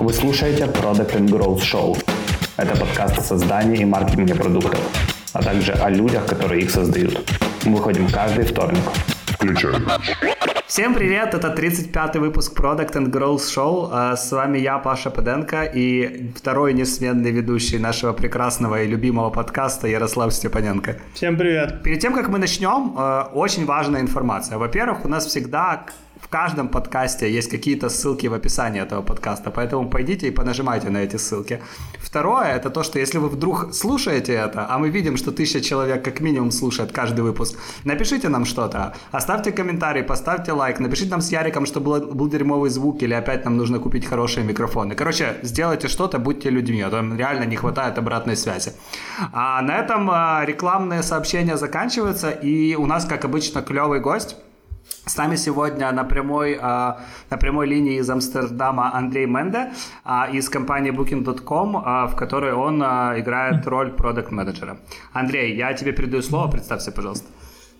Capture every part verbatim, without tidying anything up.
Вы слушаете Product and Growth Show. Это подкаст о создании и маркетинге продуктов, а также о людях, которые их создают. Мы выходим каждый вторник. Включаем. Всем привет, это тридцать пятый выпуск Product and Growth Show. С вами я, Паша Пыденко, и второй несменный ведущий нашего прекрасного и любимого подкаста Ярослав Степаненко. Всем привет. Перед тем, как мы начнем, очень важная информация. Во-первых, у нас всегда в каждом подкасте есть какие-то ссылки в описании этого подкаста, поэтому пойдите и понажимайте на эти ссылки. Второе, это то, что если вы вдруг слушаете это, а мы видим, что тысяча человек как минимум слушает каждый выпуск, напишите нам что-то, оставьте комментарий, поставьте лайк, напишите нам с Яриком, что был, был дерьмовый звук, или опять нам нужно купить хорошие микрофоны. Короче, сделайте что-то, будьте людьми, а то им реально не хватает обратной связи. А на этом рекламные сообщения заканчиваются, и у нас, как обычно, клевый гость. С нами сегодня на прямой, на прямой линии из Амстердама Андрей Менде из компании букинг точка ком, в которой он играет роль продакт-менеджера. Андрей, я тебе передаю слово, представься, пожалуйста.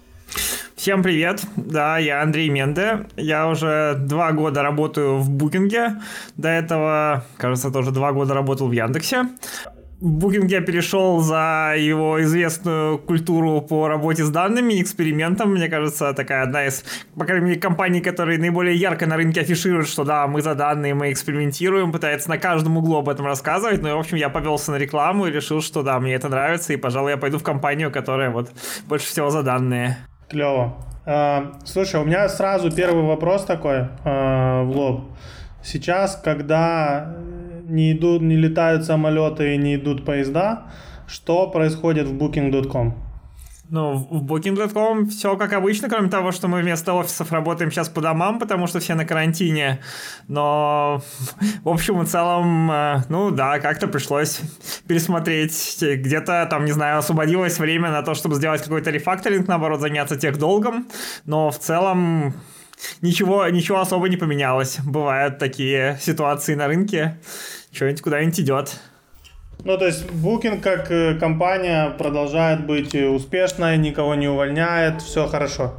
Всем привет, да, я Андрей Менде, я уже два года работаю в Букинге, до этого, кажется, тоже два года работал в Яндексе. В Booking я перешел за его известную культуру по работе с данными, экспериментом. Мне кажется, такая одна из, по крайней мере, компаний, которые наиболее ярко на рынке афишируют, что да, мы за данные, мы экспериментируем, пытается на каждом углу об этом рассказывать. Ну и, в общем, я повелся на рекламу и решил, что да, мне это нравится, и, пожалуй, я пойду в компанию, которая вот больше всего за данные. Клево. А, слушай, у меня сразу первый вопрос такой а, в лоб. Сейчас, когда не идут, не летают самолеты и не идут поезда, что происходит в букинг точка ком? Ну, в букинг точка ком все как обычно, кроме того, что мы вместо офисов работаем сейчас по домам, потому что все на карантине. Но, в общем и целом, ну да, как-то пришлось пересмотреть. Где-то там, не знаю, освободилось время на то, чтобы сделать какой-то рефакторинг, наоборот, заняться техдолгом. Но в целом ничего, ничего особо не поменялось. Бывают такие ситуации на рынке, что-нибудь куда-нибудь идет. Ну, то есть Booking как компания продолжает быть успешной, никого не увольняет, все хорошо.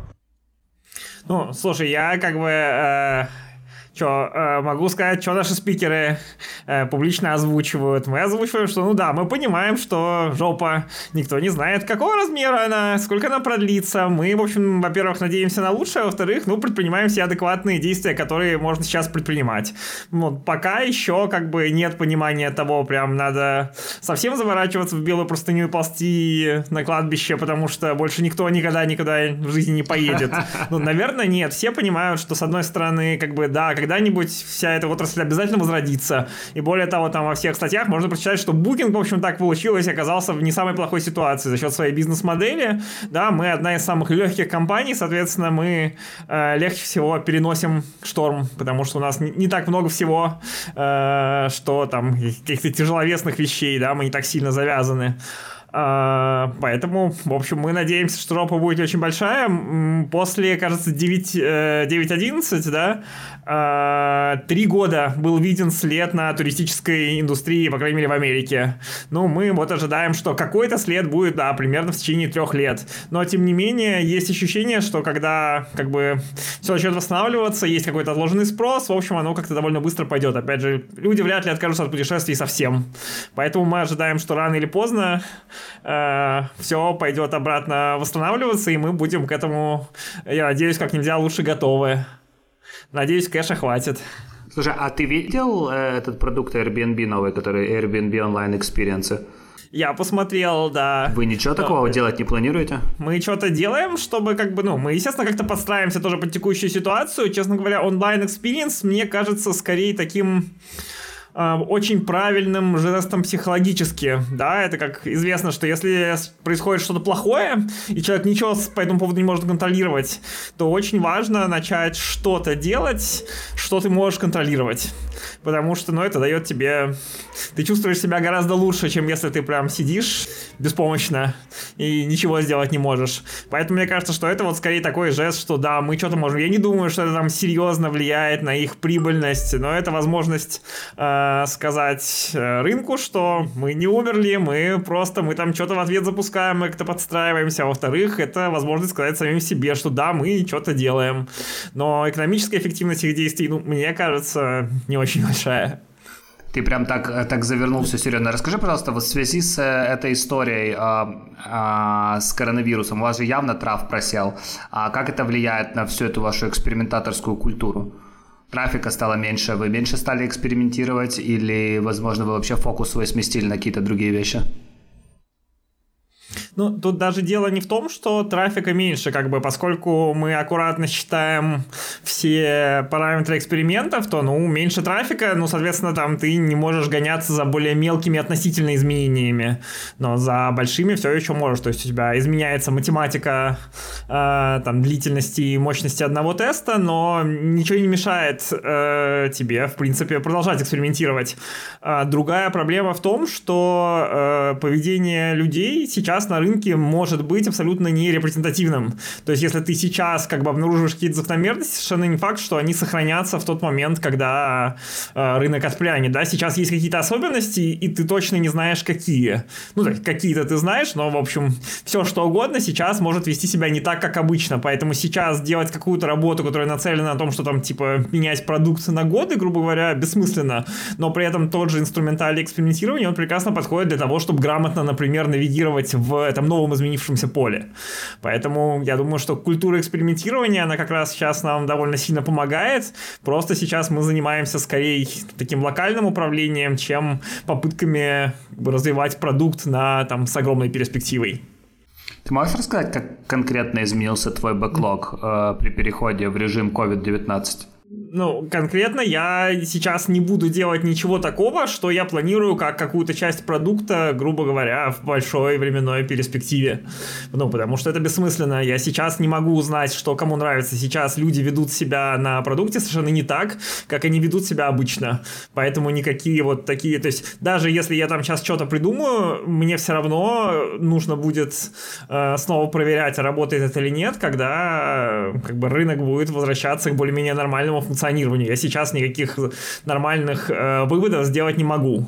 Ну, слушай, я как бы... Э... Что, э, могу сказать, что наши спикеры э, публично озвучивают. Мы озвучиваем, что, ну да, мы понимаем, что жопа, никто не знает, какого размера она, сколько она продлится. Мы, в общем, во-первых, надеемся на лучшее, во-вторых, ну, предпринимаем все адекватные действия, которые можно сейчас предпринимать. Вот, пока еще, как бы, нет понимания того, прям надо совсем заворачиваться в белую простыню и ползти на кладбище, потому что больше никто никогда никуда в жизни не поедет. Ну, наверное, нет. Все понимают, что, с одной стороны, как бы, да, когда когда-нибудь вся эта отрасль обязательно возродится. И более того, там во всех статьях можно прочитать, что Booking, в общем, так получилось, оказался в не самой плохой ситуации за счет своей бизнес-модели. Да, мы одна из самых легких компаний, соответственно, мы э, легче всего переносим шторм, потому что у нас не, не так много всего, э, что там, каких-то тяжеловесных вещей, да, мы не так сильно завязаны. Uh, поэтому, в общем, мы надеемся, что жопа будет очень большая. После, кажется, девять одиннадцать, да, uh, три года был виден след на туристической индустрии, по крайней мере, в Америке. Ну, мы вот ожидаем, что какой-то след будет, да, примерно в течение трех лет. Но, тем не менее, есть ощущение, что когда, как бы, все начнет восстанавливаться, есть какой-то отложенный спрос, в общем, оно как-то довольно быстро пойдет. Опять же, люди вряд ли откажутся от путешествий совсем. Поэтому мы ожидаем, что рано или поздно Uh, все пойдет обратно восстанавливаться, и мы будем к этому, я надеюсь, как нельзя лучше готовы. Надеюсь, кэша хватит. Слушай, а ты видел э, этот продукт Airbnb новый, который Airbnb Online Experience? Я посмотрел, да. Вы ничего Но... такого делать не планируете? Мы что-то делаем, чтобы как бы, ну, мы, естественно, как-то подстраиваемся тоже под текущую ситуацию. Честно говоря, онлайн experience мне кажется скорее таким... очень правильным жестом психологически, да, это как известно, что если происходит что-то плохое, и человек ничего по этому поводу не может контролировать, то очень важно начать что-то делать, что ты можешь контролировать, потому что, ну, это дает тебе, ты чувствуешь себя гораздо лучше, чем если ты прям сидишь беспомощно и ничего сделать не можешь, поэтому мне кажется, что это вот скорее такой жест, что да, мы что-то можем, я не думаю, что это там серьезно влияет на их прибыльность, но это возможность э, сказать рынку, что мы не умерли, мы просто, мы там что-то в ответ запускаем, мы как-то подстраиваемся. А во-вторых, это возможность сказать самим себе, что да, мы что-то делаем. Но экономическая эффективность их действий, ну, мне кажется, не очень большая. Ты прям так, так завернул все серьезно. Расскажи, пожалуйста, вот в связи с этой историей а, а, с коронавирусом, у вас же явно трав просел. А как это влияет на всю эту вашу экспериментаторскую культуру? Трафика стало меньше, вы меньше стали экспериментировать или, возможно, вы вообще фокус свой сместили на какие-то другие вещи? Ну, тут даже дело не в том, что трафика меньше, как бы, поскольку мы аккуратно считаем все параметры экспериментов, то, ну, меньше трафика, ну, соответственно, там ты не можешь гоняться за более мелкими относительно изменениями, но за большими все еще можешь, то есть у тебя изменяется математика э, там, длительности и мощности одного теста, но ничего не мешает э, тебе, в принципе, продолжать экспериментировать. А другая проблема в том, что э, поведение людей сейчас на рынке может быть абсолютно не репрезентативным. То есть, если ты сейчас как бы обнаруживаешь какие-то закономерности, совершенно не факт, что они сохранятся в тот момент, когда э, рынок отпрянет. Да? Сейчас есть какие-то особенности, и ты точно не знаешь, какие. Ну, то есть, какие-то ты знаешь, но, в общем, все что угодно сейчас может вести себя не так, как обычно. Поэтому сейчас делать какую-то работу, которая нацелена на том, что там, типа, менять продукт на годы, грубо говоря, бессмысленно. Но при этом тот же инструментарий экспериментирования, он прекрасно подходит для того, чтобы грамотно, например, навигировать в этом новом изменившемся поле. Поэтому я думаю, что культура экспериментирования, она как раз сейчас нам довольно сильно помогает. Просто сейчас мы занимаемся скорее таким локальным управлением, чем попытками как бы развивать продукт на, там, с огромной перспективой. Ты можешь рассказать, как конкретно изменился твой бэклог э, при переходе в режим ковид девятнадцать? Ну, конкретно я сейчас не буду делать ничего такого, что я планирую как какую-то часть продукта, грубо говоря, в большой временной перспективе. Ну, потому что это бессмысленно. Я сейчас не могу узнать, что кому нравится. Сейчас люди ведут себя на продукте совершенно не так, как они ведут себя обычно. Поэтому никакие вот такие... То есть даже если я там сейчас что-то придумаю, мне все равно нужно будет э, снова проверять, работает это или нет, когда э, как бы рынок будет возвращаться к более-менее нормальному функционированию. Я сейчас никаких нормальных э, выводов сделать не могу.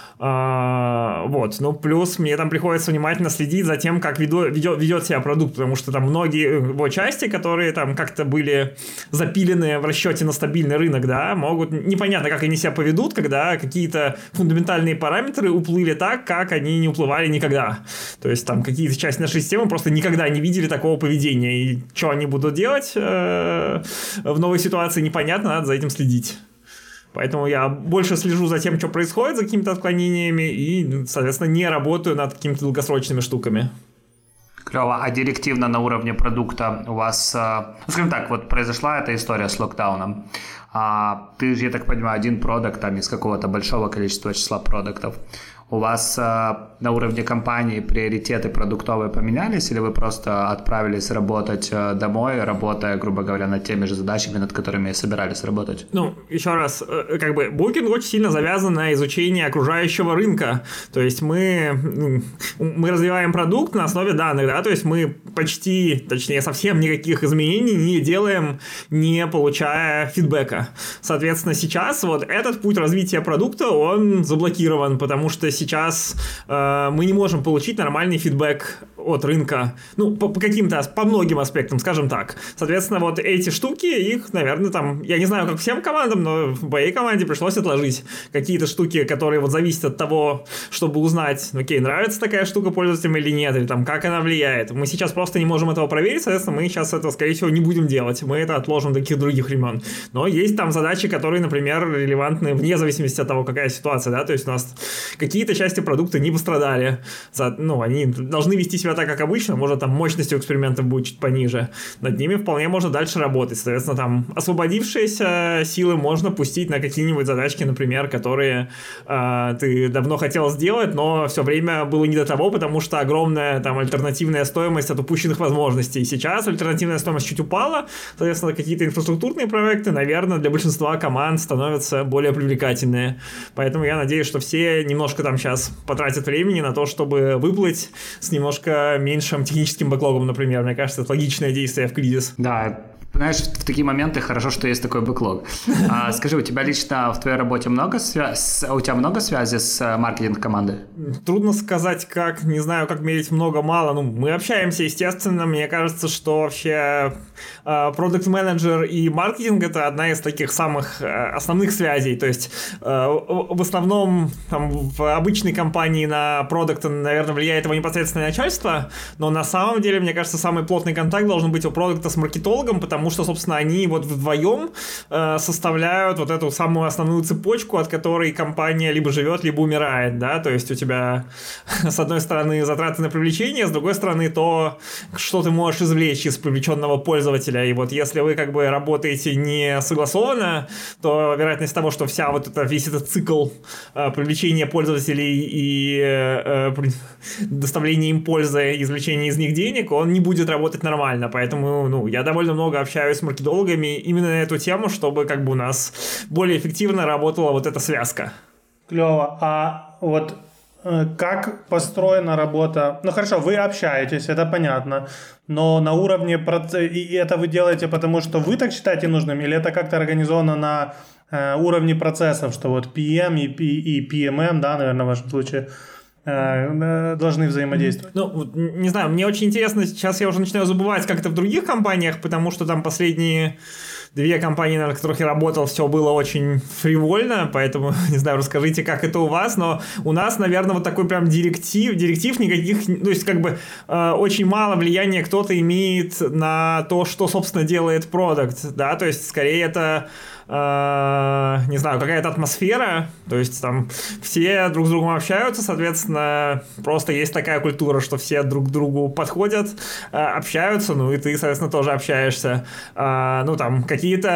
Uh, вот, ну плюс мне там приходится внимательно следить за тем, как веду, ведет, ведет себя продукт, потому что там многие его части, которые там как-то были запилены в расчете на стабильный рынок, да, могут, непонятно, как они себя поведут, когда какие-то фундаментальные параметры уплыли так, как они не уплывали никогда. То есть там какие-то части нашей системы просто никогда не видели такого поведения, и что они будут делать э, в новой ситуации, непонятно, надо за этим следить. Поэтому я больше слежу за тем, что происходит, за какими-то отклонениями и, соответственно, не работаю над какими-то долгосрочными штуками. Клево. А директивно на уровне продукта у вас, ну, скажем так, вот произошла эта история с локдауном. А ты же, я так понимаю, один продукт там из какого-то большого количества числа продуктов. У вас э, на уровне компании приоритеты продуктовые поменялись, или вы просто отправились работать э, домой, работая, грубо говоря, над теми же задачами, над которыми собирались работать? Ну, еще раз, э, как бы Booking очень сильно завязан на изучении окружающего рынка. То есть мы, ну, мы развиваем продукт на основе данных, да, то есть мы почти, точнее, совсем никаких изменений не делаем, не получая фидбэка. Соответственно, сейчас вот этот путь развития продукта, он заблокирован, потому что сейчас э, мы не можем получить нормальный фидбэк от рынка, ну, по, по каким-то, по многим аспектам, скажем так. Соответственно, вот эти штуки, их, наверное, там, я не знаю, как всем командам, но в моей команде пришлось отложить какие-то штуки, которые вот зависят от того, чтобы узнать, окей, нравится такая штука пользователям или нет, или там, как она влияет. Мы сейчас просто не можем этого проверить, соответственно, мы сейчас этого, скорее всего, не будем делать. Мы это отложим до каких-то других времен. Но есть там задачи, которые, например, релевантны вне зависимости от того, какая ситуация, да, то есть у нас какие-то части продукта не пострадали. За, ну, они должны вести себя так, как обычно, может, там мощность у экспериментов будет чуть пониже. Над ними вполне можно дальше работать. Соответственно, там освободившиеся силы можно пустить на какие-нибудь задачки, например, которые э, ты давно хотел сделать, но все время было не до того, потому что огромная там альтернативная стоимость от упущенных возможностей. Сейчас альтернативная стоимость чуть упала, соответственно, какие-то инфраструктурные проекты, наверное, для большинства команд становятся более привлекательные. Поэтому я надеюсь, что все немножко там сейчас потратят времени на то, чтобы выплыть с немножко меньшим техническим бэклогом, например. Мне кажется, это логичное действие в кризис. Да, Знаешь, в такие моменты хорошо, что есть такой бэклог. А, скажи, у тебя лично в твоей работе много связи, у тебя много связи с маркетинг-командой? Трудно сказать, как, не знаю, как мерить много-мало. Ну, мы общаемся, естественно. Мне кажется, что вообще продакт-менеджер и маркетинг — это одна из таких самых основных связей. То есть в основном там, в обычной компании на продукт, наверное, влияет его непосредственное начальство, но на самом деле, мне кажется, самый плотный контакт должен быть у продукта с маркетологом, потому что, собственно, они вот вдвоем э, составляют вот эту самую основную цепочку, от которой компания либо живет, либо умирает, да, то есть у тебя с одной стороны затраты на привлечение, с другой стороны то, что ты можешь извлечь из привлеченного пользователя, и вот если вы как бы работаете не согласованно, то вероятность того, что вся вот это, весь этот цикл э, привлечения пользователей и э, э, доставления им пользы, извлечения из них денег, он не будет работать нормально, поэтому, ну, я довольно много общаюсь с маркетологами именно на эту тему, чтобы как бы у нас более эффективно работала вот эта связка. Клево. А вот э, как построена работа? Ну хорошо, вы общаетесь, это понятно, но на уровне проц... и это вы делаете потому, что вы так считаете нужным, или это как-то организовано на э, уровне процессов, что вот пи эм и, и пи эм эм, да, наверное, в вашем случае, должны взаимодействовать? Ну, не знаю, мне очень интересно, сейчас я уже начинаю забывать, как это в других компаниях, потому что там последние две компании, на которых я работал, все было очень фривольно, поэтому, не знаю, расскажите, как это у вас, но у нас, наверное, вот такой прям директив, директив никаких, то есть как бы э, очень мало влияния кто-то имеет на то, что, собственно, делает продукт, да, то есть скорее это Uh, не знаю, какая-то атмосфера, то есть там все друг с другом общаются, соответственно, просто есть такая культура, что все друг к другу подходят, uh, общаются, ну и ты, соответственно, тоже общаешься. Uh, ну там какие-то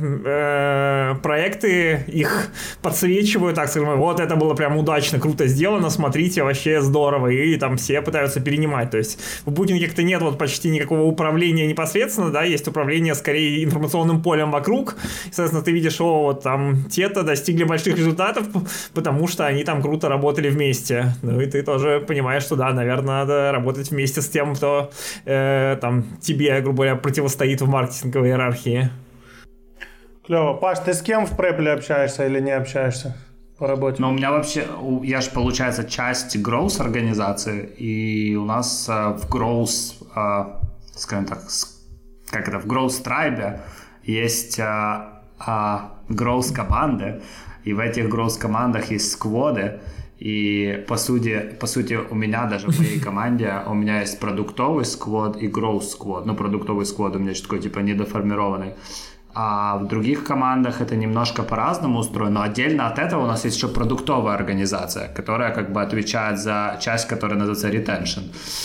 uh, проекты их подсвечивают, так скажем, вот это было прям удачно, круто сделано, смотрите, вообще здорово, и там все пытаются перенимать, то есть в букингах-то нет вот почти никакого управления непосредственно, да, есть управление скорее информационным полем вокруг, соответственно, ты видишь, о, вот там те-то достигли больших результатов, потому что они там круто работали вместе. Ну и ты тоже понимаешь, что да, наверное, надо работать вместе с тем, кто э, там тебе, грубо говоря, противостоит в маркетинговой иерархии. Клево. Паш, ты с кем в Препеле общаешься или не общаешься по работе? Ну, у меня вообще, я же, получается, часть Growth организации, и у нас э, в Growth, э, скажем так, как это, в Growth Tribe есть э, а growth команды, и в этих growth командах есть скводы, и по сути, по сути у меня даже в моей команде у меня есть продуктовый сквод и growth сквод, ну продуктовый сквод у меня еще такой типа недоформированный, а в других командах это немножко по-разному устроено, но отдельно от этого у нас есть еще продуктовая организация, которая как бы отвечает за часть, которая называется retention.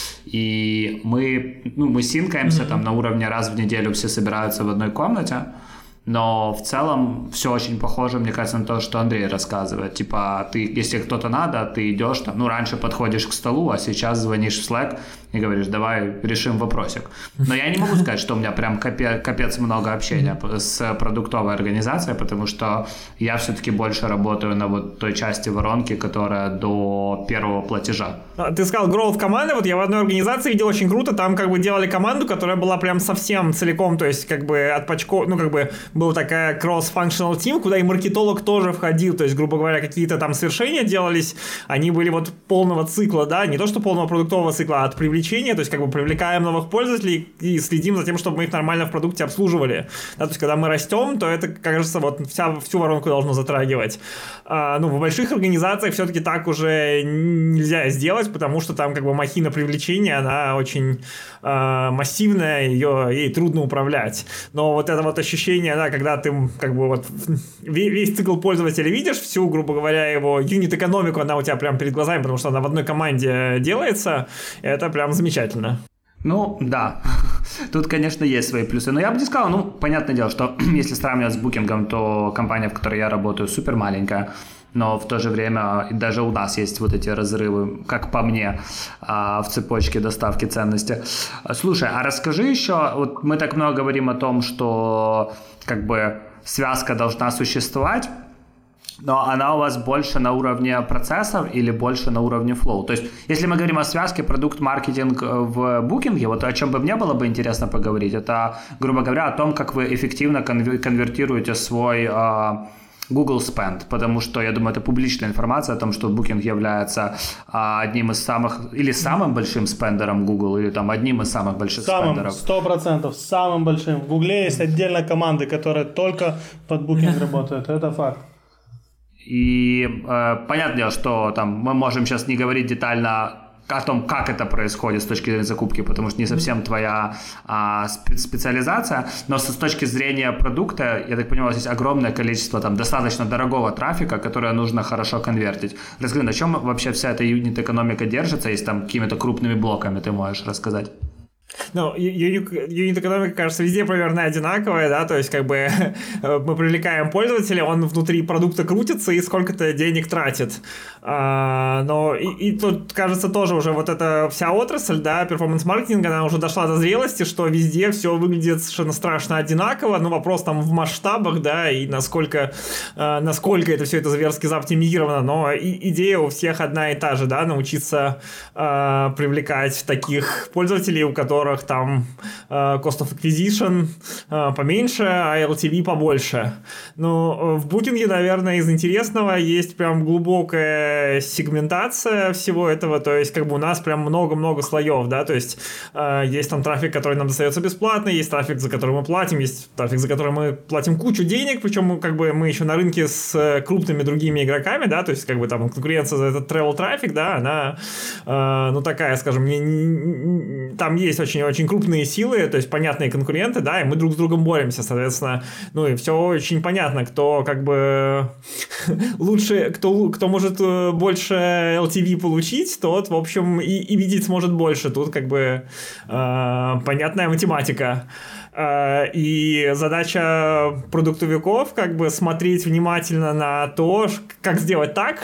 И мы, ну, мы синкаемся mm-hmm. там на уровне раз в неделю, все собираются в одной комнате. Но в целом все очень похоже, мне кажется, на то, что Андрей рассказывает. Типа, ты, если кто-то надо, ты идешь там, ну, раньше подходишь к столу, а сейчас звонишь в Slack и говоришь, давай решим вопросик. Но я не могу сказать, что у меня прям капец, капец много общения с продуктовой организацией, потому что я все-таки больше работаю на вот той части воронки, которая до первого платежа. Ты сказал growth команды, вот я в одной организации видел очень круто, там как бы делали команду, которая была прям совсем целиком, то есть как бы от пачков, ну как бы была такая cross-functional team, куда и маркетолог тоже входил, то есть, грубо говоря, какие-то там совершения делались, они были вот полного цикла, да, не то что полного продуктового цикла, а от привлечения, то есть как бы привлекаем новых пользователей и следим за тем, чтобы мы их нормально в продукте обслуживали, да, то есть когда мы растем, то это, кажется, вот вся, всю воронку должно затрагивать. А, ну, в больших организациях все-таки так уже нельзя сделать, потому что там как бы махина привлечения, она очень а, массивная, ее, ей трудно управлять, но вот это вот ощущение, да, когда ты как бы вот весь цикл пользователя видишь, всю, грубо говоря, его юнит-экономику, она у тебя прям перед глазами, потому что она в одной команде делается, это прям замечательно. Ну, да. Тут, конечно, есть свои плюсы. Но я бы не сказал, ну, понятное дело, что если сравнивать с Booking, то компания, в которой я работаю, супер маленькая. Но в то же время даже у нас есть вот эти разрывы, как по мне, в цепочке доставки ценности. Слушай, а расскажи еще, вот мы так много говорим о том, что как бы связка должна существовать. Но она у вас больше на уровне процессов или больше на уровне флоу? То есть, если мы говорим о связке продукт-маркетинг в букинге, вот о чем бы мне было бы интересно поговорить, это, грубо говоря, о том, как вы эффективно конвертируете свой uh, Google Spend, потому что, я думаю, это публичная информация о том, что Booking является uh, одним из самых, или самым большим спендером Google, или там одним из самых больших самым, спендеров. Сто процентов, самым большим. В Google есть отдельная команда, которая только под Booking работает, это факт. И э, понятно, что там мы можем сейчас не говорить детально о том, как это происходит с точки зрения закупки, потому что не совсем твоя а, специализация, но с, с точки зрения продукта, я так понимаю, здесь огромное количество там достаточно дорогого трафика, которое нужно хорошо конвертить. Расскажи, на чем вообще вся эта юнит-экономика держится, если там какими-то крупными блоками ты можешь рассказать? Ну, юнит-экономика, кажется, везде примерно одинаковая, да, то есть как бы мы привлекаем пользователя, он внутри продукта крутится и сколько-то денег тратит. А, но и, и тут, кажется, тоже уже вот эта вся отрасль, да, перформанс-маркетинга, она уже дошла до зрелости, что везде все выглядит совершенно страшно одинаково, ну, вопрос там в масштабах, да, и насколько, а, насколько это все это зверски заоптимизировано, но и, идея у всех одна и та же, да, научиться а, привлекать таких пользователей, у которых там uh, cost of acquisition uh, поменьше, а эл ти ви побольше. Но в букинге, наверное, из интересного есть прям глубокая сегментация всего этого, то есть как бы у нас прям много-много слоев, да, то есть uh, есть там трафик, который нам достается бесплатно, есть трафик, за который мы платим, есть трафик, за который мы платим кучу денег, причем как бы мы еще на рынке с крупными другими игроками, да, то есть как бы там конкуренция за этот travel трафик, да, она uh, ну такая, скажем, не, не, там есть очень-очень крупные силы, то есть понятные конкуренты, да, и мы друг с другом боремся, соответственно, ну и все очень понятно, кто как бы лучше, кто, кто может больше эл ти ви получить, тот, в общем, и, и видеть сможет больше. Тут как бы э, понятная математика. Э, и задача продуктовиков как бы смотреть внимательно на то, как сделать так,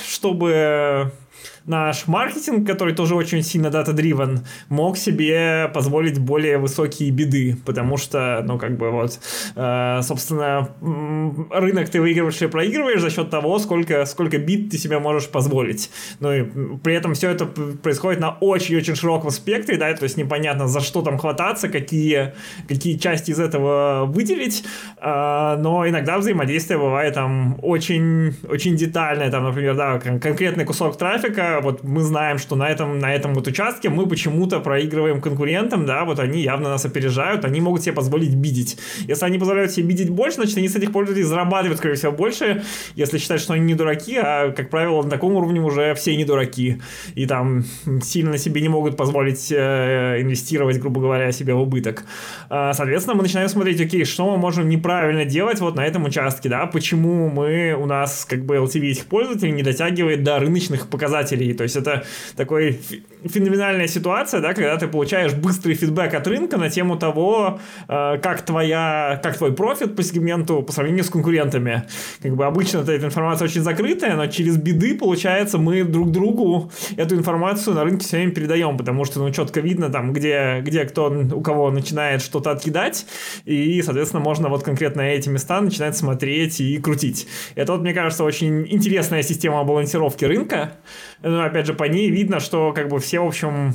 чтобы наш маркетинг, который тоже очень сильно data-driven, мог себе позволить более высокие биды, потому что, ну, как бы вот, э, собственно, рынок ты выигрываешь и проигрываешь за счет того, сколько, сколько бит ты себе можешь позволить. Ну, и при этом все это происходит на очень-очень широком спектре, да, то есть непонятно, за что там хвататься, какие, какие части из этого выделить, э, но иногда взаимодействие бывает там очень, очень детальное, там, например, да, конкретный кусок трафика, вот мы знаем, что на этом, на этом вот участке мы почему-то проигрываем конкурентам, да, вот они явно нас опережают, они могут себе позволить бидить. Если они позволяют себе бидить больше, значит, они с этих пользователей зарабатывают, скорее всего, больше, если считать, что они не дураки, а, как правило, на таком уровне уже все не дураки, и там сильно себе не могут позволить э, инвестировать, грубо говоря, себе в убыток. Э, соответственно, мы начинаем смотреть, окей, что мы можем неправильно делать вот на этом участке, да, почему мы, у нас, как бы, эл ти ви этих пользователей не дотягивает до рыночных показателей. То есть это такая феноменальная ситуация, да, когда ты получаешь быстрый фидбэк от рынка на тему того, как, твоя, как твой профит по сегменту по сравнению с конкурентами. Как бы обычно эта информация очень закрытая, но через биды, получается, мы друг другу эту информацию на рынке все время передаем, потому что, ну, четко видно там, где, где кто, у кого начинает что-то откидать, и, соответственно, можно вот конкретно эти места начинать смотреть и крутить. Это вот, мне кажется, очень интересная система балансировки рынка. Но, опять же, по ней видно, что как бы все, в общем,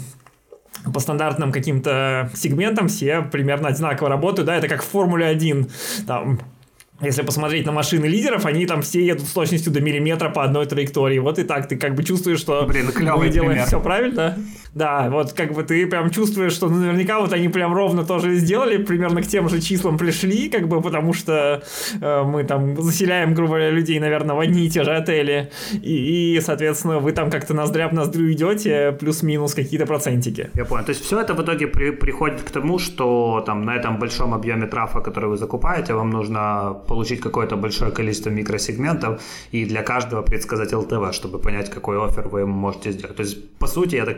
по стандартным каким-то сегментам все примерно одинаково работают. Да, это как в Формуле один. Там, если посмотреть на машины лидеров, они там все едут с точностью до миллиметра по одной траектории. Вот и так ты как бы чувствуешь, что Блин, мы делаем пример. все правильно. Да, вот как бы ты прям чувствуешь, что ну, наверняка вот они прям ровно тоже сделали, примерно к тем же числам пришли, как бы потому что э, мы там заселяем, грубо говоря, людей, наверное, в одни и те же отели. И, и соответственно, вы там как-то ноздря в ноздрю идете, плюс-минус какие-то процентики. Я понял. То есть все это в итоге при, приходит к тому, что там на этом большом объеме трафа, который вы закупаете, вам нужно получить какое-то большое количество микросегментов и для каждого предсказать эл ти ви, чтобы понять, какой оффер вы ему можете сделать. То есть, по сути, я так понимаю, технически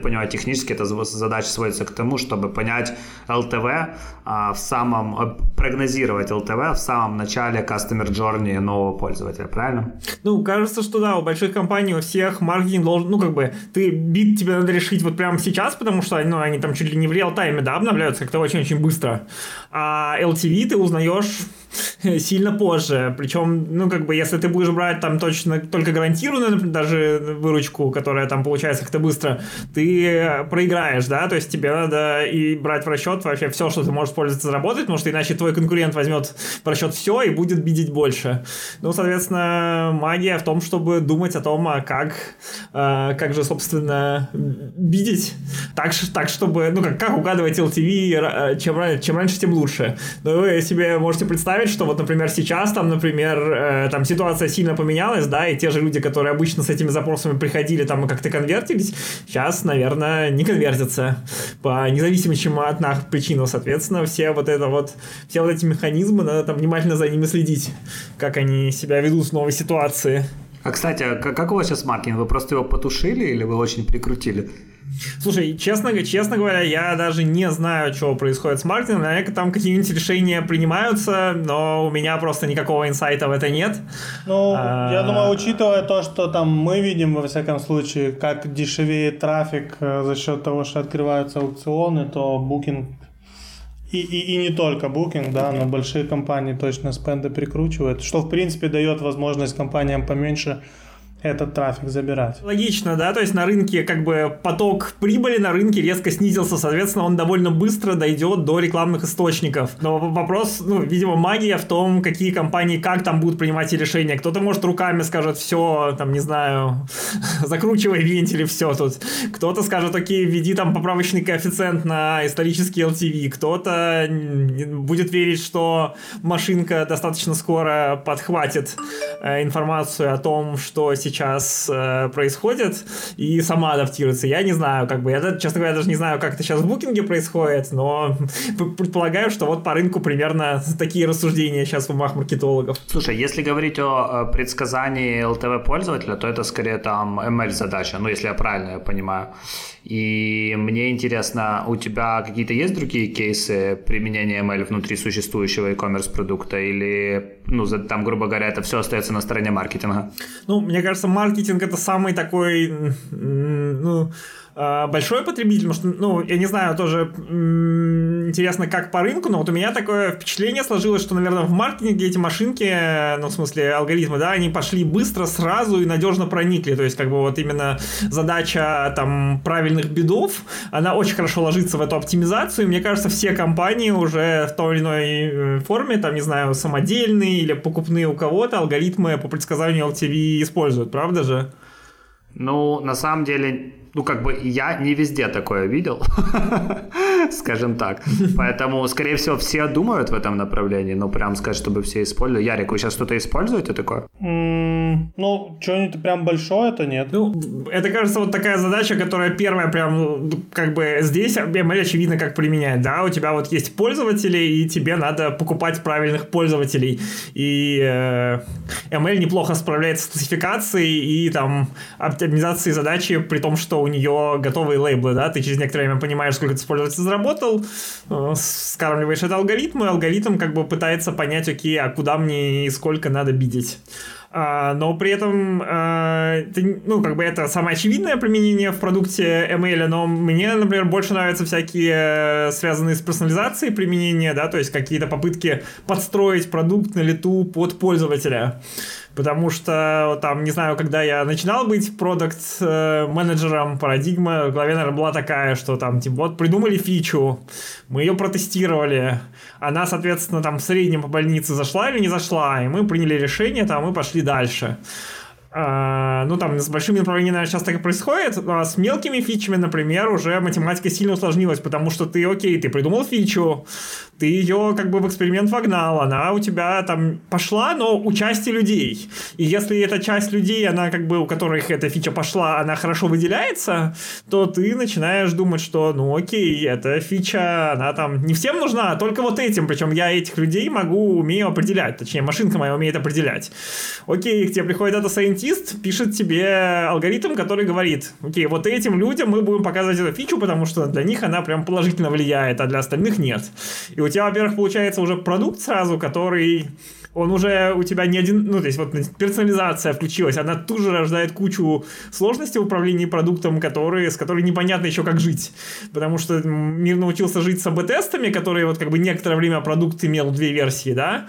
технически эта задача сводится к тому, чтобы понять эл ти ви а, в самом, прогнозировать эл ти ви в самом начале customer journey нового пользователя, правильно? Ну, кажется, что да, у больших компаний, у всех маркетинг должен, ну, как бы, ты бит тебе надо решить вот прямо сейчас, потому что, ну, они там чуть ли не в реал-тайме, да, обновляются как-то очень-очень быстро, а эл ти ви ты узнаешь сильно позже, причем, ну, как бы, если ты будешь брать там точно только гарантированную, например, даже выручку, которая там получается как-то быстро, ты проиграешь, да, то есть тебе надо и брать в расчет вообще все, что ты можешь пользоваться, заработать, потому что иначе твой конкурент возьмет в расчет все и будет бидить больше. Ну, соответственно, магия в том, чтобы думать о том, а как, а, как же, собственно, бидить так, так, чтобы, ну, как, как угадывать эл ти ви, чем, чем раньше, тем лучше. Но вы себе можете представить, что вот, например, сейчас там, например, э, там ситуация сильно поменялась, да, и те же люди, которые обычно с этими запросами приходили там и как-то конвертились, сейчас, наверное, не конвертятся по независимым от нас причинам, соответственно, все вот это вот, все вот эти механизмы, надо там внимательно за ними следить, как они себя ведут в новой ситуации. А, кстати, как у вас сейчас маркетинг? Вы просто его потушили или вы очень прикрутили? Слушай, честно, честно говоря, я даже не знаю, что происходит с маркетингом. Наверное, там какие-нибудь решения принимаются, но у меня просто никакого инсайта в это нет. Ну, а... я думаю, учитывая то, что там мы видим, во всяком случае, как дешевеет трафик за счет того, что открываются аукционы, то Booking и, и, и не только Booking, да, но большие компании точно спенды прикручивают, что, в принципе, дает возможность компаниям поменьше этот трафик забирать. Логично, да, то есть на рынке как бы поток прибыли на рынке резко снизился, соответственно, он довольно быстро дойдет до рекламных источников. Но вопрос, ну, видимо, магия в том, какие компании, как там будут принимать решения. Кто-то, может, руками скажет, все, там, не знаю, закручивай вентили, все тут. Кто-то скажет, окей, введи там поправочный коэффициент на исторический эл ти ви. Кто-то будет верить, что машинка достаточно скоро подхватит э, информацию о том, что сейчас э, происходит, и сама адаптируется. Я не знаю, как бы, я, честно говоря, даже не знаю, как это сейчас в букинге происходит, но предполагаю, что вот по рынку примерно такие рассуждения сейчас в умах маркетологов. Слушай, если говорить о предсказании эл ти ви пользователя, то это скорее там эм эл-задача, ну, если я правильно понимаю. И мне интересно, у тебя какие-то есть другие кейсы применения эм эл внутри существующего e-commerce продукта, или, ну, там, грубо говоря, это все остается на стороне маркетинга? Ну, мне кажется, маркетинг — это самый такой, ну, большой потребитель, потому что, ну, я не знаю, тоже м- интересно, как по рынку, но вот у меня такое впечатление сложилось, что, наверное, в маркетинге эти машинки, ну, в смысле, алгоритмы, да, они пошли быстро, сразу и надежно проникли, то есть, как бы, вот именно задача, там, правильных бидов, она очень хорошо ложится в эту оптимизацию, и мне кажется, все компании уже в той или иной форме, там, не знаю, самодельные или покупные у кого-то, алгоритмы по предсказанию эл ти ви используют, правда же? Ну, на самом деле, ну, как бы, я не везде такое видел, скажем так. Поэтому, скорее всего, все думают в этом направлении, но прям сказать, чтобы все использовали. Ярик, вы сейчас что-то используете такое? Mm, ну, что-нибудь прям большое-то нет. Ну, это, кажется, вот такая задача, которая первая прям, как бы, здесь эм эл очевидно как применять, да, у тебя вот есть пользователи, и тебе надо покупать правильных пользователей, и э, эм эл неплохо справляется с классификацией и, там, оптимизацией задачи, при том, что у нее готовые лейблы, да, ты через некоторое время понимаешь, сколько ты пользователей заработал, э, скармливаешь этот алгоритм, и алгоритм как бы пытается понять, окей, а куда мне и сколько надо бидить. Uh, но при этом, uh, это, ну, как бы это самое очевидное применение в продукте эм эл, но мне, например, больше нравятся всякие связанные с персонализацией применения, да, то есть какие-то попытки подстроить продукт на лету под пользователя. Потому что, там, не знаю, когда я начинал быть продакт-менеджером, парадигма в голове, наверное, была такая, что там, типа, вот придумали фичу, мы ее протестировали, она, соответственно, там в среднем по больнице зашла или не зашла, и мы приняли решение, там, и пошли дальше. Uh, ну, там, с большими направлениями, наверное, сейчас так и происходит, а с мелкими фичами, например, уже математика сильно усложнилась, потому что ты, окей, ты придумал фичу, ты ее как бы в эксперимент вогнал, она у тебя там пошла, но у части людей. И если эта часть людей, она как бы, у которых эта фича пошла, она хорошо выделяется, то ты начинаешь думать, что, ну, окей, эта фича, она там не всем нужна, а только вот этим, причем я этих людей могу, умею определять, точнее, машинка моя умеет определять. Окей, к тебе приходит дата-сайентист, продуктист пишет тебе алгоритм, который говорит, окей, вот этим людям мы будем показывать эту фичу, потому что для них она прям положительно влияет, а для остальных нет. И у тебя, во-первых, получается уже продукт сразу, который... Он уже у тебя не один... Ну, то есть вот персонализация включилась, она тут же рождает кучу сложностей в управлении продуктом, которые, с которой непонятно еще как жить. Потому что мир научился жить с эй би-тестами, которые вот как бы некоторое время продукт имел две версии, да?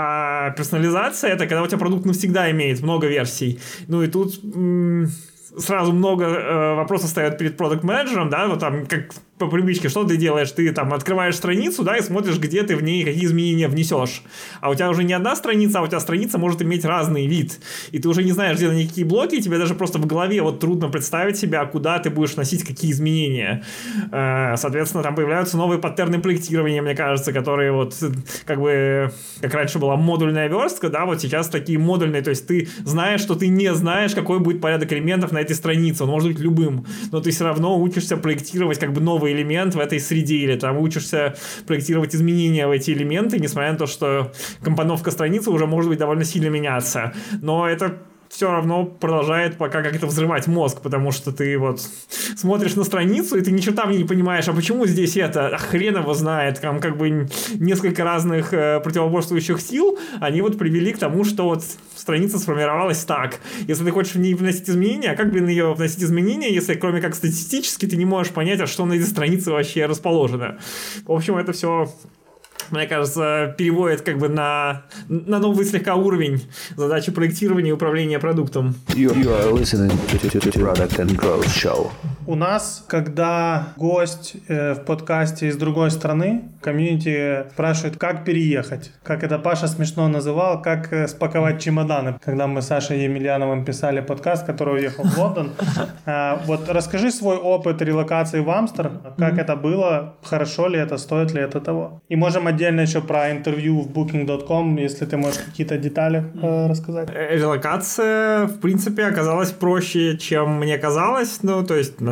А персонализация — это когда у тебя продукт навсегда имеет много версий. Ну и тут... М- сразу много э, вопросов ставят перед продакт-менеджером, да, вот там как по привычке, что ты делаешь, ты там открываешь страницу, да, и смотришь, где ты в ней какие изменения внесешь, а у тебя уже не одна страница, а у тебя страница может иметь разный вид, и ты уже не знаешь, где на ней какие блоки, и тебе даже просто в голове вот трудно представить себя, куда ты будешь вносить какие изменения, э, соответственно, там появляются новые паттерны проектирования, мне кажется, которые вот как бы, как раньше была модульная верстка, да, вот сейчас такие модульные, то есть ты знаешь, что ты не знаешь, какой будет порядок элементов на этой странице, он может быть любым, но ты все равно учишься проектировать как бы новый элемент в этой среде, или там учишься проектировать изменения в эти элементы, несмотря на то, что компоновка страницы уже может быть довольно сильно меняться. Но это все равно продолжает пока как-то взрывать мозг, потому что ты вот смотришь на страницу, и ты ни черта не понимаешь, а почему здесь это, а хрен его знает, там как бы несколько разных э, противоборствующих сил, они вот привели к тому, что вот страница сформировалась так. Если ты хочешь в ней вносить изменения, а как, блин, ее вносить изменения, если кроме как статистически ты не можешь понять, а что на этой странице вообще расположено. В общем, это все... мне кажется, переводит как бы на, на новый слегка уровень задачи проектирования и управления продуктом. You, you are listening to, to, to Product and Growth Show. У нас, когда гость э, в подкасте из другой страны, комьюнити спрашивает, как переехать. Как это Паша смешно называл, как э, спаковать чемоданы. Когда мы с Сашей Емельяновым писали подкаст, который уехал в Лондон. Э, вот расскажи свой опыт релокации в Амстер. Как это было, хорошо ли это, стоит ли это того. И можем отдельно еще про интервью в букинг точка ком, если ты можешь какие-то детали э, рассказать. Релокация, в принципе, оказалась проще, чем мне казалось. Ну, то есть,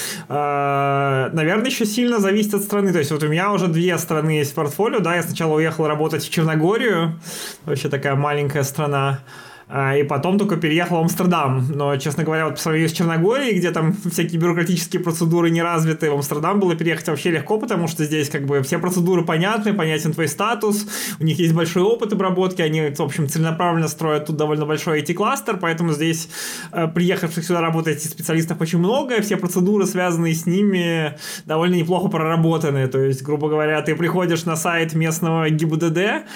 э, наверное, еще сильно зависит от страны. То есть, вот у меня уже две страны есть в портфолио. Да, я сначала уехал работать в Черногорию, вообще такая маленькая страна. И потом только переехал в Амстердам. Но, честно говоря, вот по сравнению с Черногорией, где там всякие бюрократические процедуры не развиты, в Амстердам было переехать вообще легко, потому что здесь как бы все процедуры понятны, понятен твой статус, у них есть большой опыт обработки, они, в общем, целенаправленно строят тут довольно большой ай ти-кластер, поэтому здесь э, приехавших сюда работать специалистов очень много, и все процедуры, связанные с ними, довольно неплохо проработаны. То есть, грубо говоря, ты приходишь на сайт местного ГИБДД,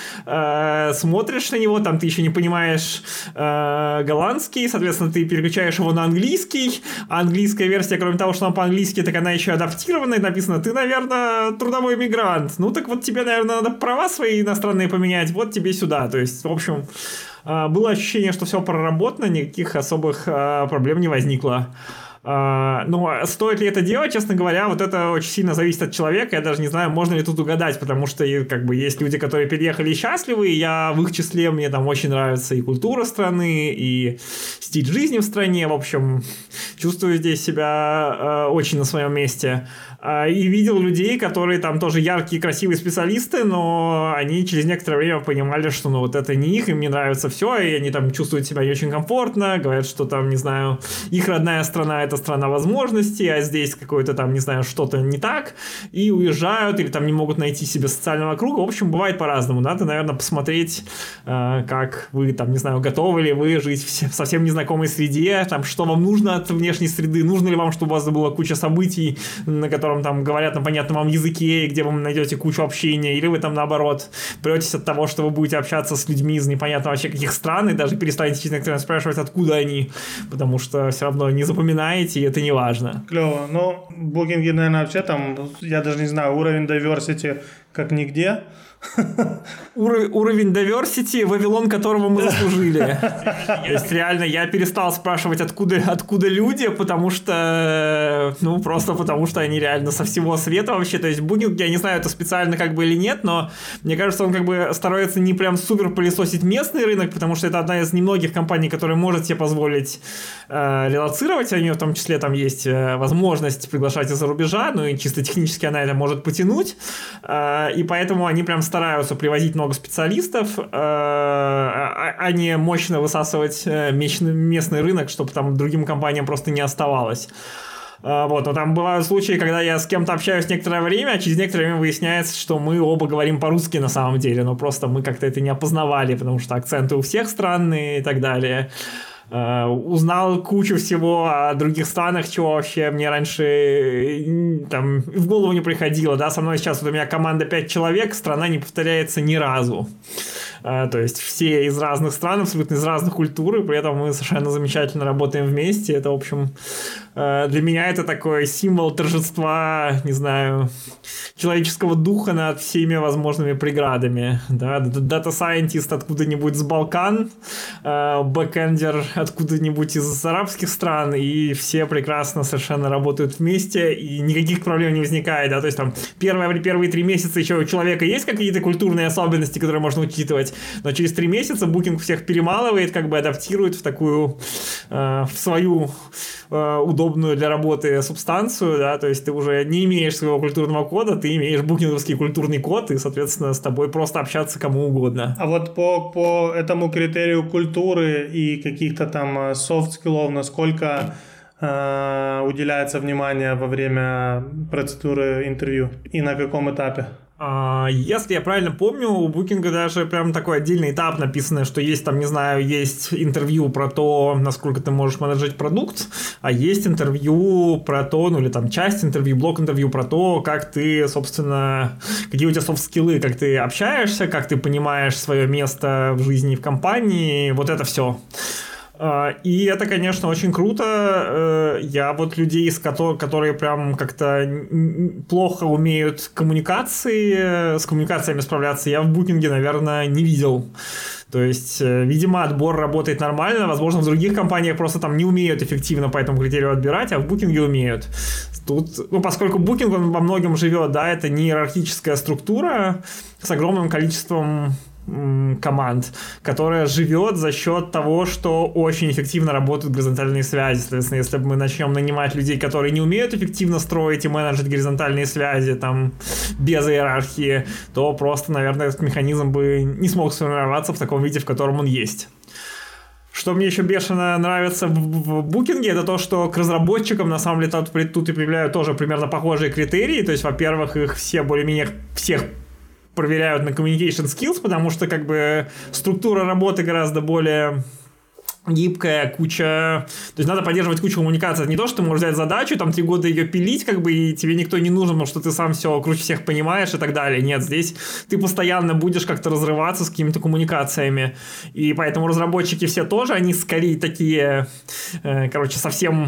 э, смотришь на него, там ты еще не понимаешь голландский, соответственно, ты переключаешь его на английский, а английская версия, кроме того, что она по-английски, так она еще адаптирована, и написано, ты, наверное, трудовой мигрант. Ну, так вот тебе, наверное, надо права свои иностранные поменять, вот тебе сюда. То есть, в общем, было ощущение, что все проработано, никаких особых проблем не возникло. Uh, но стоит ли это делать, честно говоря, вот это очень сильно зависит от человека. Я даже не знаю, можно ли тут угадать, потому что как бы есть люди, которые переехали и счастливы, и я в их числе, мне там очень нравится и культура страны, и стиль жизни в стране. В общем, чувствую здесь себя uh, очень на своем месте. Uh, и видел людей, которые там тоже яркие, красивые специалисты, но они через некоторое время понимали, что ну вот это не их, им не нравится все, и они там чувствуют себя не очень комфортно, говорят, что там, не знаю, их родная страна — это страна возможностей, а здесь какое-то там, не знаю, что-то не так, и уезжают, или там не могут найти себе социального круга. В общем, бывает по-разному. Надо, наверное, посмотреть, э, как вы, там, не знаю, готовы ли вы жить в совсем незнакомой среде, там, что вам нужно от внешней среды, нужно ли вам, чтобы у вас была куча событий, на котором там говорят на понятном вам языке, и где вы найдете кучу общения, или вы там, наоборот, претесь от того, что вы будете общаться с людьми из непонятно вообще каких стран, и даже перестанете через некоторое время спрашивать, откуда они, потому что все равно не запоминаете, и это не важно. Клево. Ну, букинги, наверное, вообще там, я даже не знаю, уровень diversity как нигде. Ур- уровень diversity, Вавилон которого мы заслужили. То есть реально я перестал спрашивать, откуда, откуда люди, потому что, ну, просто потому что они реально со всего света вообще. То есть Booking, я не знаю, это специально как бы или нет, но мне кажется, он как бы старается не прям супер пылесосить местный рынок, потому что это одна из немногих компаний, которая может себе позволить э, релоцировать, у нее в том числе там есть э, возможность приглашать из-за рубежа, ну и чисто технически она это может потянуть, э, и поэтому они прям стараются стараются привозить много специалистов, а не мощно высасывать местный рынок, чтобы там другим компаниям просто не оставалось. Вот, но там бывают случаи, когда я с кем-то общаюсь некоторое время, а через некоторое время выясняется, что мы оба говорим по-русски на самом деле, но просто мы как-то это не опознавали, потому что акценты у всех странные и так далее. Uh, узнал кучу всего о других странах, чего вообще мне раньше там в голову не приходило, да, со мной сейчас вот у меня команда пять человек, страна не повторяется ни разу, uh, то есть все из разных стран, абсолютно из разных культур, и при этом мы совершенно замечательно работаем вместе, это, в общем, uh, для меня это такой символ торжества, не знаю, человеческого духа над всеми возможными преградами, да, дата-сайентист откуда-нибудь с Балкан, uh, бэкэндер откуда-нибудь из арабских стран, и все прекрасно совершенно работают вместе, и никаких проблем не возникает, да, то есть там первые, первые три месяца еще у человека есть какие-то культурные особенности, которые можно учитывать, но через три месяца букинг всех перемалывает, как бы адаптирует в такую, э, в свою э, удобную для работы субстанцию, да, то есть ты уже не имеешь своего культурного кода, ты имеешь букинговский культурный код, и, соответственно, с тобой просто общаться кому угодно. А вот по, по этому критерию культуры и каких-то там софт-скиллов, насколько э, уделяется внимание во время процедуры интервью и на каком этапе? Если я правильно помню, у Booking даже прям такой отдельный этап написано, что есть там, не знаю, есть интервью про то, насколько ты можешь менеджить продукт, а есть интервью про то, ну или там часть интервью, блок интервью про то, как ты, собственно, какие у тебя софт-скиллы, как ты общаешься, как ты понимаешь свое место в жизни в компании, вот это все. И это, конечно, очень круто. Я вот людей, которые прям как-то плохо умеют коммуникации, с коммуникациями справляться, я в Букинге, наверное, не видел. То есть, видимо, отбор работает нормально. Возможно, в других компаниях просто там не умеют эффективно по этому критерию отбирать, а в Букинге умеют. Тут, ну, поскольку Booking, он во многом живет, да, это не иерархическая структура с огромным количеством команд, которая живет за счет того, что очень эффективно работают горизонтальные связи. Соответственно, если мы начнем нанимать людей, которые не умеют эффективно строить и менеджить горизонтальные связи там без иерархии, то просто, наверное, этот механизм бы не смог сформироваться в таком виде, в котором он есть. Что мне еще бешено нравится в Букинге, это то, что к разработчикам на самом деле тут, тут и предъявляют тоже примерно похожие критерии. То есть, во-первых, их все более-менее всех проверяют на communication skills, потому что как бы структура работы гораздо более гибкая, куча... То есть надо поддерживать кучу коммуникаций. Это не то, что ты можешь взять задачу, там три года ее пилить, как бы, и тебе никто не нужен, потому что ты сам все круче всех понимаешь и так далее. Нет, здесь ты постоянно будешь как-то разрываться с какими-то коммуникациями. И поэтому разработчики все тоже, они скорее такие... Э, короче, совсем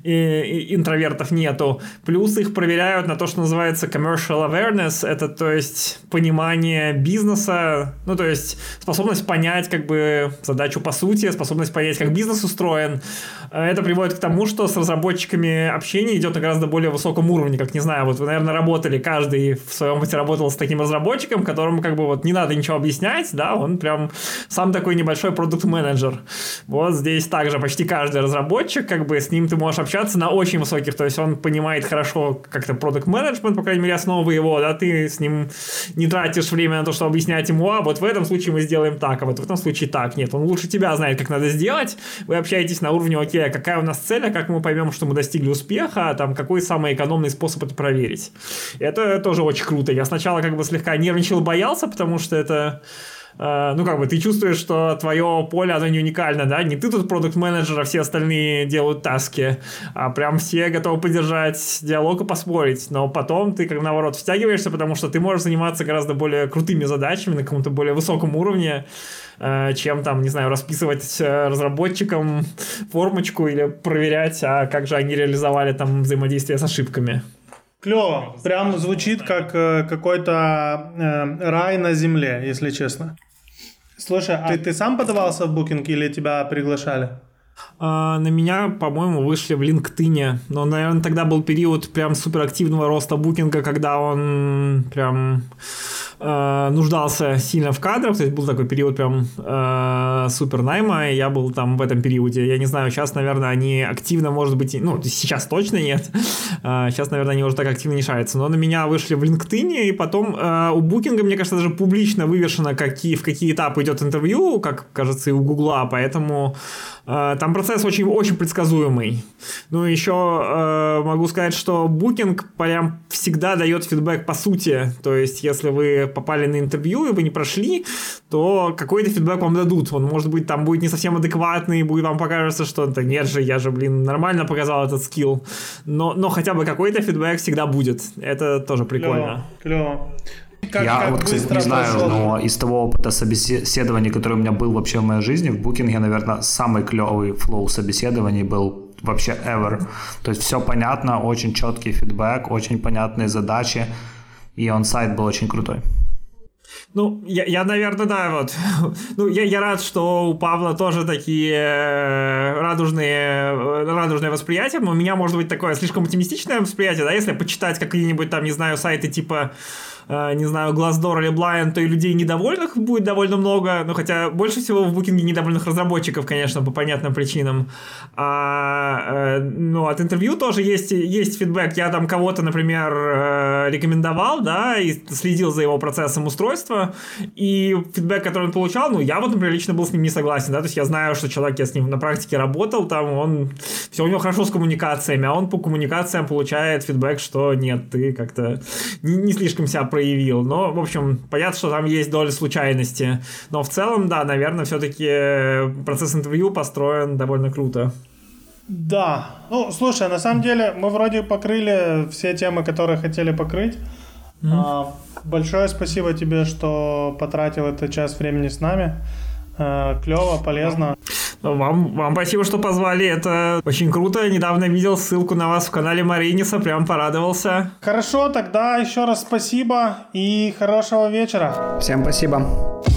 э, интровертов нету. Плюс их проверяют на то, что называется commercial awareness. Это, то есть, понимание бизнеса, ну, то есть, способность понять, как бы, задачу по сути, способность понять, как бизнес устроен. Это приводит к тому, что с разработчиками общение идет на гораздо более высоком уровне. Как, не знаю, вот вы, наверное, работали, каждый в своем опыте работал с таким разработчиком, которому как бы вот не надо ничего объяснять, да, он прям сам такой небольшой продукт-менеджер. Вот здесь также почти каждый разработчик, как бы с ним ты можешь общаться на очень высоких, то есть он понимает хорошо как-то продукт-менеджмент, по крайней мере, основы его, да, ты с ним не тратишь время на то, чтобы объяснять ему, а вот в этом случае мы сделаем так, а вот в этом случае так. Нет, он лучше тебя знает, как надо сделать. Вы общаетесь на уровне, окей, какая у нас цель, а как мы поймем, что мы достигли успеха, а там какой самый экономный способ это проверить. Это тоже очень круто. Я сначала как бы слегка нервничал и боялся, потому что это... Uh, ну, как бы, ты чувствуешь, что твое поле, оно не уникально, да, не ты тут продукт-менеджер, а все остальные делают таски, а прям все готовы поддержать диалог и поспорить, но потом ты, как наоборот, втягиваешься, потому что ты можешь заниматься гораздо более крутыми задачами на каком-то более высоком уровне, uh, чем, там, не знаю, расписывать uh, разработчикам формочку или проверять, а как же они реализовали там взаимодействие с ошибками. Клево. Прям звучит как э, какой-то э, рай на земле, если честно. Слушай, а ты, ты сам подавался в Booking или тебя приглашали? А, на меня, по-моему, вышли в LinkedIn. Но, наверное, тогда был период прям суперактивного роста Booking, когда он прям э, нуждался сильно в кадрах, то есть был такой период прям э, супер найма, и я был там в этом периоде. Я не знаю, сейчас, наверное, они активно, может быть, ну, сейчас точно нет, э, сейчас, наверное, они уже так активно не шарятся, но на меня вышли в LinkedIn, и потом э, у Booking, мне кажется, даже публично вывешено, какие, в какие этапы идет интервью, как, кажется, и у Гугла, поэтому э, там процесс очень, очень предсказуемый. Ну, еще э, могу сказать, что Booking прям всегда дает фидбэк по сути, то есть если вы попали на интервью и вы не прошли, то какой-то фидбэк вам дадут, он может быть там будет не совсем адекватный, будет вам покажется, что это нет же, я же, блин, нормально показал этот скилл, но, но хотя бы какой-то фидбэк всегда будет, это тоже прикольно. Клево, клево. Как, я как вот, кстати, не знаю, пошел. Но из того опыта собеседований, который у меня был вообще в моей жизни, в Booking, наверное, самый клевый флоу собеседований был вообще ever. То есть все понятно, очень четкий фидбэк, очень понятные задачи, и он-сайт был очень крутой. Ну, я, я, наверное, да, вот. Ну, я, я рад, что у Павла тоже такие радужные, радужные восприятия, но у меня может быть такое слишком оптимистичное восприятие, да, если почитать какие-нибудь там, не знаю, сайты типа, не знаю, Glassdoor или Blind, то и людей недовольных будет довольно много, ну, хотя больше всего в Booking недовольных разработчиков, конечно, по понятным причинам. А, ну, от интервью тоже есть, есть фидбэк. Я там кого-то, например, рекомендовал, да, и следил за его процессом устройства, и фидбэк, который он получал, ну, я вот, например, лично был с ним не согласен, да, то есть я знаю, что человек, я с ним на практике работал, там, он, все у него хорошо с коммуникациями, а он по коммуникациям получает фидбэк, что нет, ты как-то не, не слишком себя проявил, но, в общем, понятно, что там есть доля случайности, но в целом, да, наверное, все-таки процесс интервью построен довольно круто. Да, ну, слушай, на самом деле мы вроде покрыли все темы, которые хотели покрыть. Mm-hmm. А, большое спасибо тебе, что потратил этот час времени с нами. А, клево, полезно. Вам, вам спасибо, что позвали, это очень круто. Недавно видел ссылку на вас в канале Мариниса, прям порадовался. Хорошо, тогда еще раз спасибо и хорошего вечера. Всем спасибо.